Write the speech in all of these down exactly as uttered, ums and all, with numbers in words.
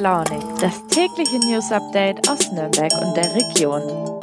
Launig, das tägliche News-Update aus Nürnberg und der Region.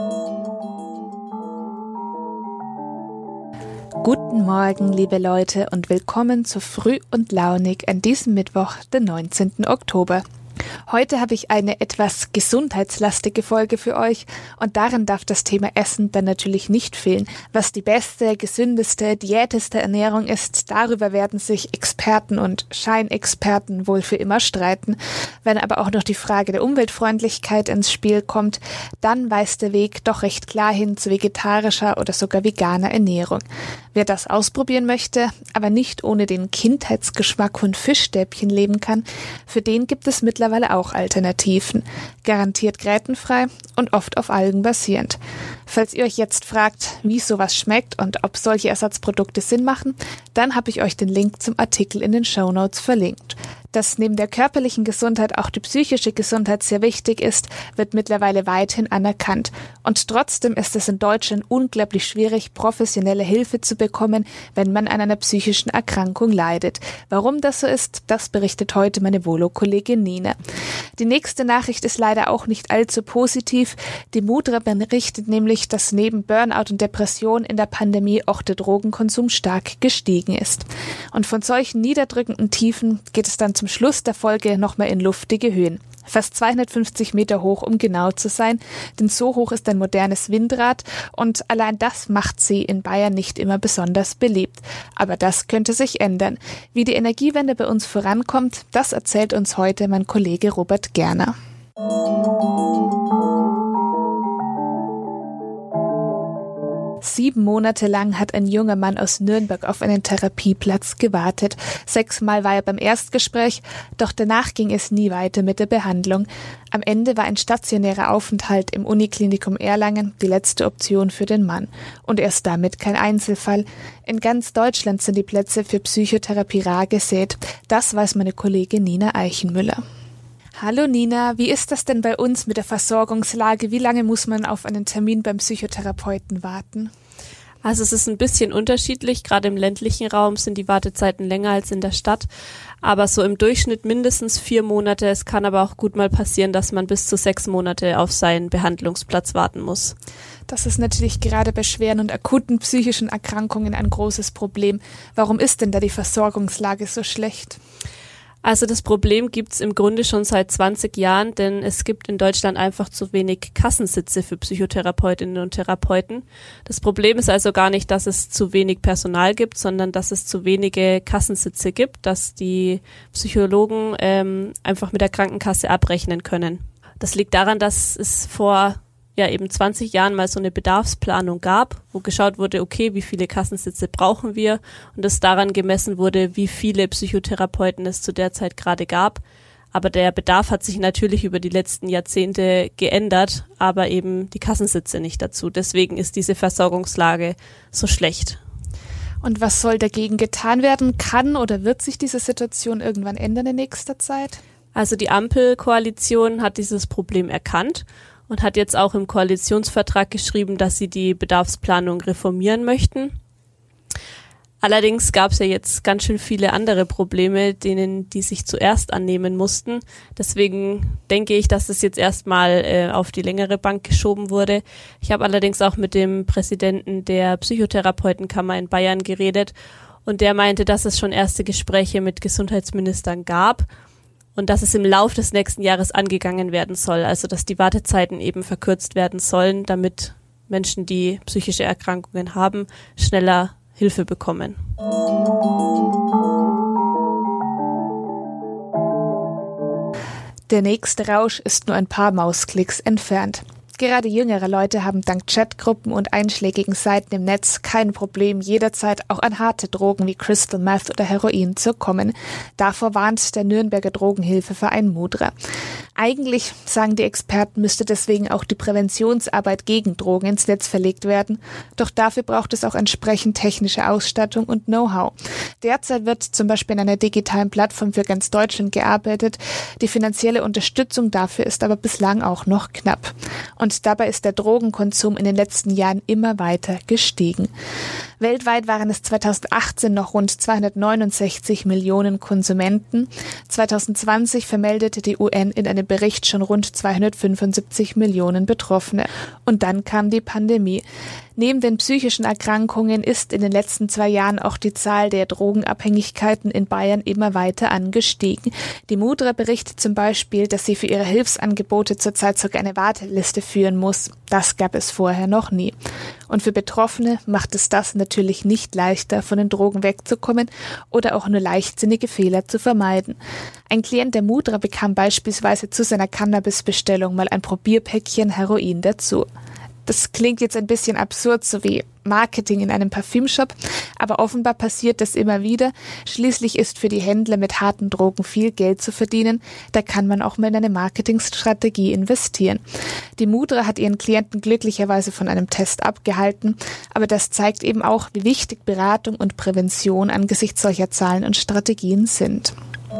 Guten Morgen, liebe Leute, und willkommen zu Früh und Launig an diesem Mittwoch, den neunzehnten Oktober. Heute habe ich eine etwas gesundheitslastige Folge für euch und darin darf das Thema Essen dann natürlich nicht fehlen. Was die beste, gesündeste, diäteste Ernährung ist, darüber werden sich Experten und Scheinexperten wohl für immer streiten. Wenn aber auch noch die Frage der Umweltfreundlichkeit ins Spiel kommt, dann weist der Weg doch recht klar hin zu vegetarischer oder sogar veganer Ernährung. Wer das ausprobieren möchte, aber nicht ohne den Kindheitsgeschmack von Fischstäbchen leben kann, für den gibt es mittlerweile auch Alternativen. Garantiert grätenfrei und oft auf Algen basierend. Falls ihr euch jetzt fragt, wie sowas schmeckt und ob solche Ersatzprodukte Sinn machen, dann habe ich euch den Link zum Artikel in den Shownotes verlinkt. Dass neben der körperlichen Gesundheit auch die psychische Gesundheit sehr wichtig ist, wird mittlerweile weithin anerkannt. Und trotzdem ist es in Deutschland unglaublich schwierig, professionelle Hilfe zu bekommen, wenn man an einer psychischen Erkrankung leidet. Warum das so ist, das berichtet heute meine Volo-Kollegin Nina. Die nächste Nachricht ist leider auch nicht allzu positiv. Die Mudra berichtet nämlich, dass neben Burnout und Depression in der Pandemie auch der Drogenkonsum stark gestiegen ist. Und von solchen niederdrückenden Tiefen geht es dann zum Schluss der Folge nochmal in luftige Höhen. Fast zweihundertfünfzig Meter hoch, um genau zu sein, denn so hoch ist ein modernes Windrad und allein das macht sie in Bayern nicht immer besonders beliebt. Aber das könnte sich ändern. Wie die Energiewende bei uns vorankommt, das erzählt uns heute mein Kollege Robert Gerner. Sieben Monate lang hat ein junger Mann aus Nürnberg auf einen Therapieplatz gewartet. Sechsmal war er beim Erstgespräch, doch danach ging es nie weiter mit der Behandlung. Am Ende war ein stationärer Aufenthalt im Uniklinikum Erlangen die letzte Option für den Mann. Und er ist damit kein Einzelfall. In ganz Deutschland sind die Plätze für Psychotherapie rar gesät. Das weiß meine Kollegin Nina Eichenmüller. Hallo Nina, wie ist das denn bei uns mit der Versorgungslage? Wie lange muss man auf einen Termin beim Psychotherapeuten warten? Also es ist ein bisschen unterschiedlich. Gerade im ländlichen Raum sind die Wartezeiten länger als in der Stadt. Aber so im Durchschnitt mindestens vier Monate. Es kann aber auch gut mal passieren, dass man bis zu sechs Monate auf seinen Behandlungsplatz warten muss. Das ist natürlich gerade bei schweren und akuten psychischen Erkrankungen ein großes Problem. Warum ist denn da die Versorgungslage so schlecht? Also das Problem gibt's im Grunde schon seit zwanzig Jahren, denn es gibt in Deutschland einfach zu wenig Kassensitze für Psychotherapeutinnen und Therapeuten. Das Problem ist also gar nicht, dass es zu wenig Personal gibt, sondern dass es zu wenige Kassensitze gibt, dass die Psychologen ähm, einfach mit der Krankenkasse abrechnen können. Das liegt daran, dass es vor ja eben zwanzig Jahren mal so eine Bedarfsplanung gab, wo geschaut wurde, okay, wie viele Kassensitze brauchen wir und es daran gemessen wurde, wie viele Psychotherapeuten es zu der Zeit gerade gab. Aber der Bedarf hat sich natürlich über die letzten Jahrzehnte geändert, aber eben die Kassensitze nicht dazu. Deswegen ist diese Versorgungslage so schlecht. Und was soll dagegen getan werden? Kann oder wird sich diese Situation irgendwann ändern in nächster Zeit? Also die Ampelkoalition hat dieses Problem erkannt und hat jetzt auch im Koalitionsvertrag geschrieben, dass sie die Bedarfsplanung reformieren möchten. Allerdings gab es ja jetzt ganz schön viele andere Probleme, denen die sich zuerst annehmen mussten. Deswegen denke ich, dass es jetzt erstmal äh, auf die längere Bank geschoben wurde. Ich habe allerdings auch mit dem Präsidenten der Psychotherapeutenkammer in Bayern geredet und der meinte, dass es schon erste Gespräche mit Gesundheitsministern gab und dass es im Lauf des nächsten Jahres angegangen werden soll, also dass die Wartezeiten eben verkürzt werden sollen, damit Menschen, die psychische Erkrankungen haben, schneller Hilfe bekommen. Der nächste Rausch ist nur ein paar Mausklicks entfernt. Gerade jüngere Leute haben dank Chatgruppen und einschlägigen Seiten im Netz kein Problem, jederzeit auch an harte Drogen wie Crystal Meth oder Heroin zu kommen. Davor warnt der Nürnberger Drogenhilfeverein Mudra. Eigentlich, sagen die Experten, müsste deswegen auch die Präventionsarbeit gegen Drogen ins Netz verlegt werden. Doch dafür braucht es auch entsprechend technische Ausstattung und Know-how. Derzeit wird zum Beispiel an einer digitalen Plattform für ganz Deutschland gearbeitet. Die finanzielle Unterstützung dafür ist aber bislang auch noch knapp. Und und dabei ist der Drogenkonsum in den letzten Jahren immer weiter gestiegen. Weltweit waren es zweitausendachtzehn noch rund zweihundertneunundsechzig Millionen Konsumenten. zweitausendzwanzig vermeldete die U N in einem Bericht schon rund zweihundertfünfundsiebzig Millionen Betroffene. Und dann kam die Pandemie. Neben den psychischen Erkrankungen ist in den letzten zwei Jahren auch die Zahl der Drogenabhängigkeiten in Bayern immer weiter angestiegen. Die Mudra berichtet zum Beispiel, dass sie für ihre Hilfsangebote zurzeit sogar eine Warteliste führen muss. Das gab es vorher noch nie. Und für Betroffene macht es das natürlich nicht leichter, von den Drogen wegzukommen oder auch nur leichtsinnige Fehler zu vermeiden. Ein Klient der Mudra bekam beispielsweise zu seiner Cannabisbestellung mal ein Probierpäckchen Heroin dazu. Das klingt jetzt ein bisschen absurd, so wie Marketing in einem Parfümshop, aber offenbar passiert das immer wieder. Schließlich ist für die Händler mit harten Drogen viel Geld zu verdienen. Da kann man auch mal in eine Marketingstrategie investieren. Die Mudra hat ihren Klienten glücklicherweise von einem Test abgehalten, aber das zeigt eben auch, wie wichtig Beratung und Prävention angesichts solcher Zahlen und Strategien sind.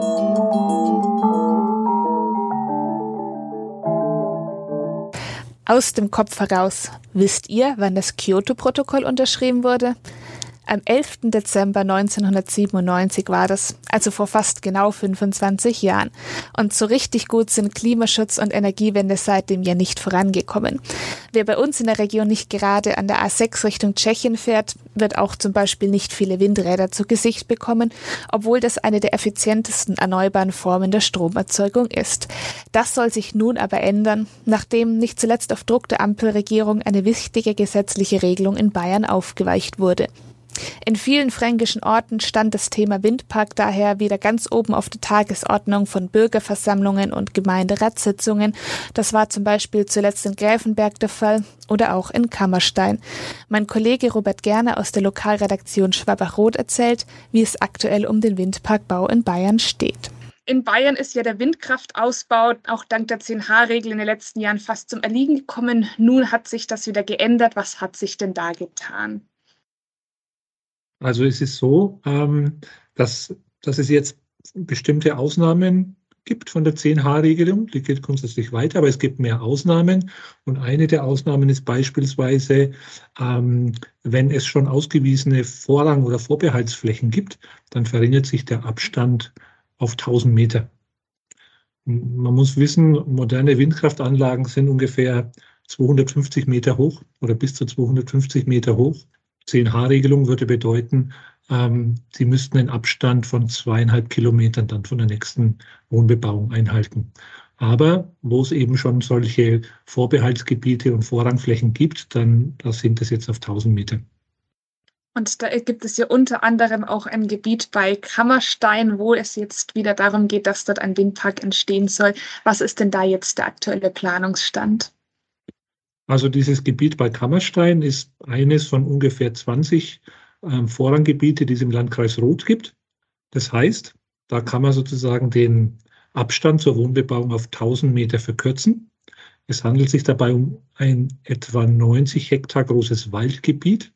Aus dem Kopf heraus. Wisst ihr, wann das Kyoto-Protokoll unterschrieben wurde? Am elften Dezember neunzehnhundertsiebenundneunzig war das, also vor fast genau fünfundzwanzig Jahren. Und so richtig gut sind Klimaschutz und Energiewende seitdem ja nicht vorangekommen. Wer bei uns in der Region nicht gerade an der A sechs Richtung Tschechien fährt, wird auch zum Beispiel nicht viele Windräder zu Gesicht bekommen, obwohl das eine der effizientesten erneuerbaren Formen der Stromerzeugung ist. Das soll sich nun aber ändern, nachdem nicht zuletzt auf Druck der Ampelregierung eine wichtige gesetzliche Regelung in Bayern aufgeweicht wurde. In vielen fränkischen Orten stand das Thema Windpark daher wieder ganz oben auf der Tagesordnung von Bürgerversammlungen und Gemeinderatssitzungen. Das war zum Beispiel zuletzt in Gräfenberg der Fall oder auch in Kammerstein. Mein Kollege Robert Gerner aus der Lokalredaktion Schwabach-Rot erzählt, wie es aktuell um den Windparkbau in Bayern steht. In Bayern ist ja der Windkraftausbau auch dank der zehn H-Regel in den letzten Jahren fast zum Erliegen gekommen. Nun hat sich das wieder geändert. Was hat sich denn da getan? Also es ist so, ähm, dass, dass es jetzt bestimmte Ausnahmen gibt von der zehn H-Regelung. Die gilt grundsätzlich weiter, aber es gibt mehr Ausnahmen. Und eine der Ausnahmen ist beispielsweise, ähm, wenn es schon ausgewiesene Vorrang- oder Vorbehaltsflächen gibt, dann verringert sich der Abstand auf tausend Meter. Man muss wissen, moderne Windkraftanlagen sind ungefähr zweihundertfünfzig Meter hoch oder bis zu zweihundertfünfzig Meter hoch. zehn H-Regelung würde bedeuten, ähm, sie müssten einen Abstand von zweieinhalb Kilometern dann von der nächsten Wohnbebauung einhalten. Aber wo es eben schon solche Vorbehaltsgebiete und Vorrangflächen gibt, dann da sind es jetzt auf tausend Meter. Und da gibt es ja unter anderem auch ein Gebiet bei Kammerstein, wo es jetzt wieder darum geht, dass dort ein Windpark entstehen soll. Was ist denn da jetzt der aktuelle Planungsstand? Also dieses Gebiet bei Kammerstein ist eines von ungefähr zwanzig ähm, Vorranggebiete, die es im Landkreis Roth gibt. Das heißt, da kann man sozusagen den Abstand zur Wohnbebauung auf tausend Meter verkürzen. Es handelt sich dabei um ein etwa neunzig Hektar großes Waldgebiet.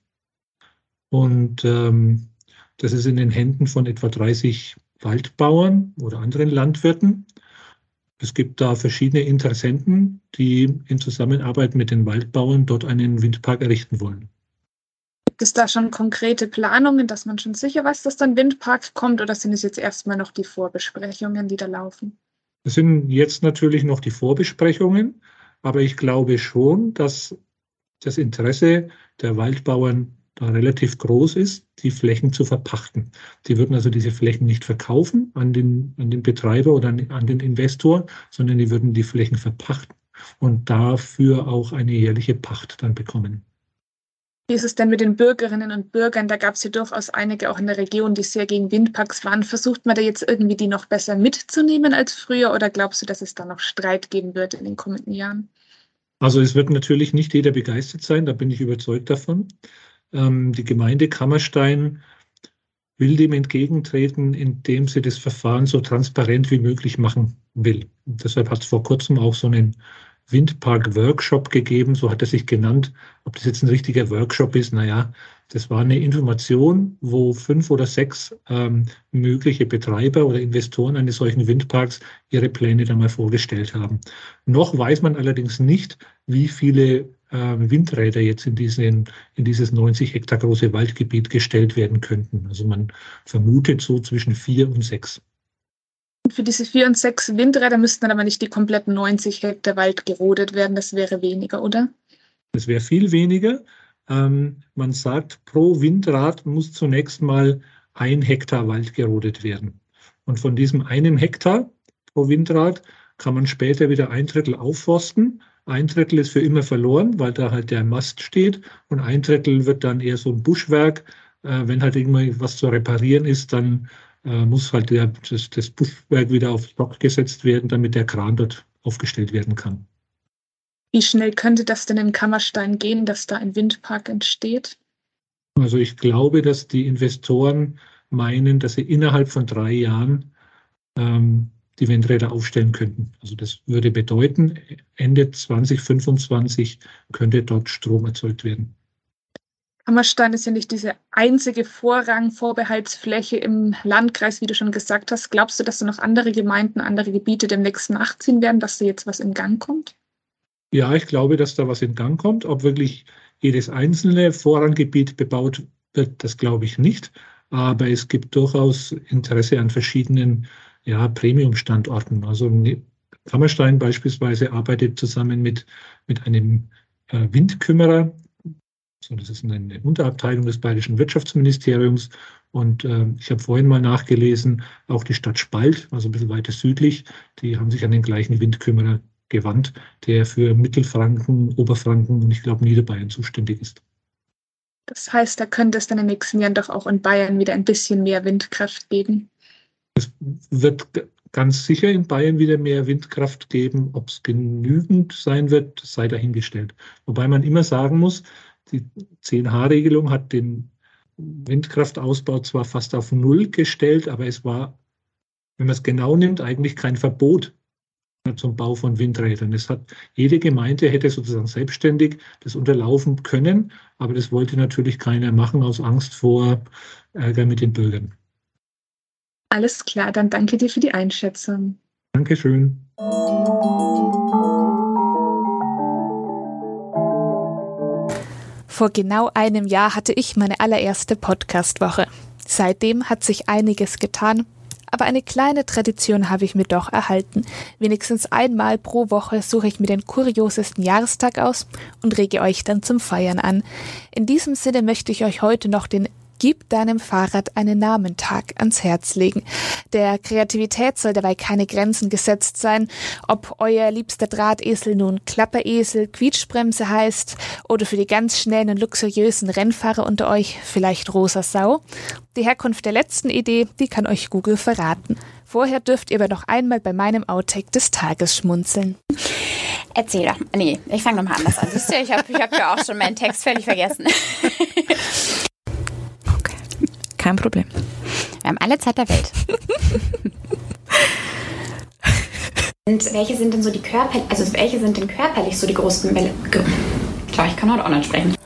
Und ähm, das ist in den Händen von etwa dreißig Waldbauern oder anderen Landwirten. Es gibt da verschiedene Interessenten, die in Zusammenarbeit mit den Waldbauern dort einen Windpark errichten wollen. Gibt es da schon konkrete Planungen, dass man schon sicher weiß, dass dann Windpark kommt, oder sind es jetzt erstmal noch die Vorbesprechungen, die da laufen? Es sind jetzt natürlich noch die Vorbesprechungen, aber ich glaube schon, dass das Interesse der Waldbauern da relativ groß ist, die Flächen zu verpachten. Die würden also diese Flächen nicht verkaufen an den, an den Betreiber oder an, an den Investor, sondern die würden die Flächen verpachten und dafür auch eine jährliche Pacht dann bekommen. Wie ist es denn mit den Bürgerinnen und Bürgern? Da gab es ja durchaus einige auch in der Region, die sehr gegen Windparks waren. Versucht man da jetzt irgendwie die noch besser mitzunehmen als früher, oder glaubst du, dass es da noch Streit geben wird in den kommenden Jahren? Also es wird natürlich nicht jeder begeistert sein, da bin ich überzeugt davon. Die Gemeinde Kammerstein will dem entgegentreten, indem sie das Verfahren so transparent wie möglich machen will. Und deshalb hat es vor kurzem auch so einen Windpark-Workshop gegeben, so hat er sich genannt. Ob das jetzt ein richtiger Workshop ist, naja, das war eine Information, wo fünf oder sechs ähm, mögliche Betreiber oder Investoren eines solchen Windparks ihre Pläne dann mal vorgestellt haben. Noch weiß man allerdings nicht, wie viele äh, Windräder jetzt in, diesen, in dieses neunzig Hektar große Waldgebiet gestellt werden könnten. Also man vermutet so zwischen vier und sechs. Für diese vier und sechs Windräder müssten dann aber nicht die kompletten neunzig Hektar Wald gerodet werden. Das wäre weniger, oder? Das wäre viel weniger. Ähm, man sagt, pro Windrad muss zunächst mal ein Hektar Wald gerodet werden. Und von diesem einen Hektar pro Windrad kann man später wieder ein Drittel aufforsten. Ein Drittel ist für immer verloren, weil da halt der Mast steht. Und ein Drittel wird dann eher so ein Buschwerk. Äh, wenn halt irgendwas zu reparieren ist, dann äh, muss halt der, das, das Buschwerk wieder auf Stock gesetzt werden, damit der Kran dort aufgestellt werden kann. Wie schnell könnte das denn in Kammerstein gehen, dass da ein Windpark entsteht? Also ich glaube, dass die Investoren meinen, dass sie innerhalb von drei Jahren ähm, die Windräder aufstellen könnten. Also das würde bedeuten, Ende zwanzig fünfundzwanzig könnte dort Strom erzeugt werden. Kammerstein ist ja nicht diese einzige Vorrang-Vorbehaltsfläche im Landkreis, wie du schon gesagt hast. Glaubst du, dass da noch andere Gemeinden, andere Gebiete demnächst nachziehen werden, dass da jetzt was in Gang kommt? Ja, ich glaube, dass da was in Gang kommt. Ob wirklich jedes einzelne Vorranggebiet bebaut wird, das glaube ich nicht. Aber es gibt durchaus Interesse an verschiedenen ja, Premium-Standorten. Also Kammerstein beispielsweise arbeitet zusammen mit, mit einem äh, Windkümmerer. So, das ist eine Unterabteilung des Bayerischen Wirtschaftsministeriums. Und äh, ich habe vorhin mal nachgelesen, auch die Stadt Spalt, also ein bisschen weiter südlich, die haben sich an den gleichen Windkümmerer gewandt, der für Mittelfranken, Oberfranken und ich glaube Niederbayern zuständig ist. Das heißt, da könnte es dann in den nächsten Jahren doch auch in Bayern wieder ein bisschen mehr Windkraft geben. Es wird ganz sicher in Bayern wieder mehr Windkraft geben. Ob es genügend sein wird, sei dahingestellt. Wobei man immer sagen muss, die zehn H Regelung hat den Windkraftausbau zwar fast auf Null gestellt, aber es war, wenn man es genau nimmt, eigentlich kein Verbot zum Bau von Windrädern. Es hat, jede Gemeinde hätte sozusagen selbstständig das unterlaufen können, aber das wollte natürlich keiner machen aus Angst vor Ärger mit den Bürgern. Alles klar, dann danke dir für die Einschätzung. Dankeschön. Vor genau einem Jahr hatte ich meine allererste Podcast-Woche. Seitdem hat sich einiges getan. Aber eine kleine Tradition habe ich mir doch erhalten. Wenigstens einmal pro Woche suche ich mir den kuriosesten Jahrestag aus und rege euch dann zum Feiern an. In diesem Sinne möchte ich euch heute noch den Gib deinem Fahrrad einen Namen-Tag ans Herz legen. Der Kreativität soll dabei keine Grenzen gesetzt sein, ob euer liebster Drahtesel nun Klapperesel, Quietschbremse heißt oder für die ganz schnellen und luxuriösen Rennfahrer unter euch vielleicht Rosa Sau. Die Herkunft der letzten Idee, die kann euch Google verraten. Vorher dürft ihr aber noch einmal bei meinem Outtake des Tages schmunzeln. Erzähl doch. Nee, ich fange nochmal anders an. Siehst du, ich habe ich hab ja auch schon meinen Text völlig vergessen. Kein Problem. Wir haben alle Zeit der Welt. Und welche sind denn so die Körper, also welche sind denn körperlich so die großen Welle? Klar, ich kann heute auch nicht sprechen.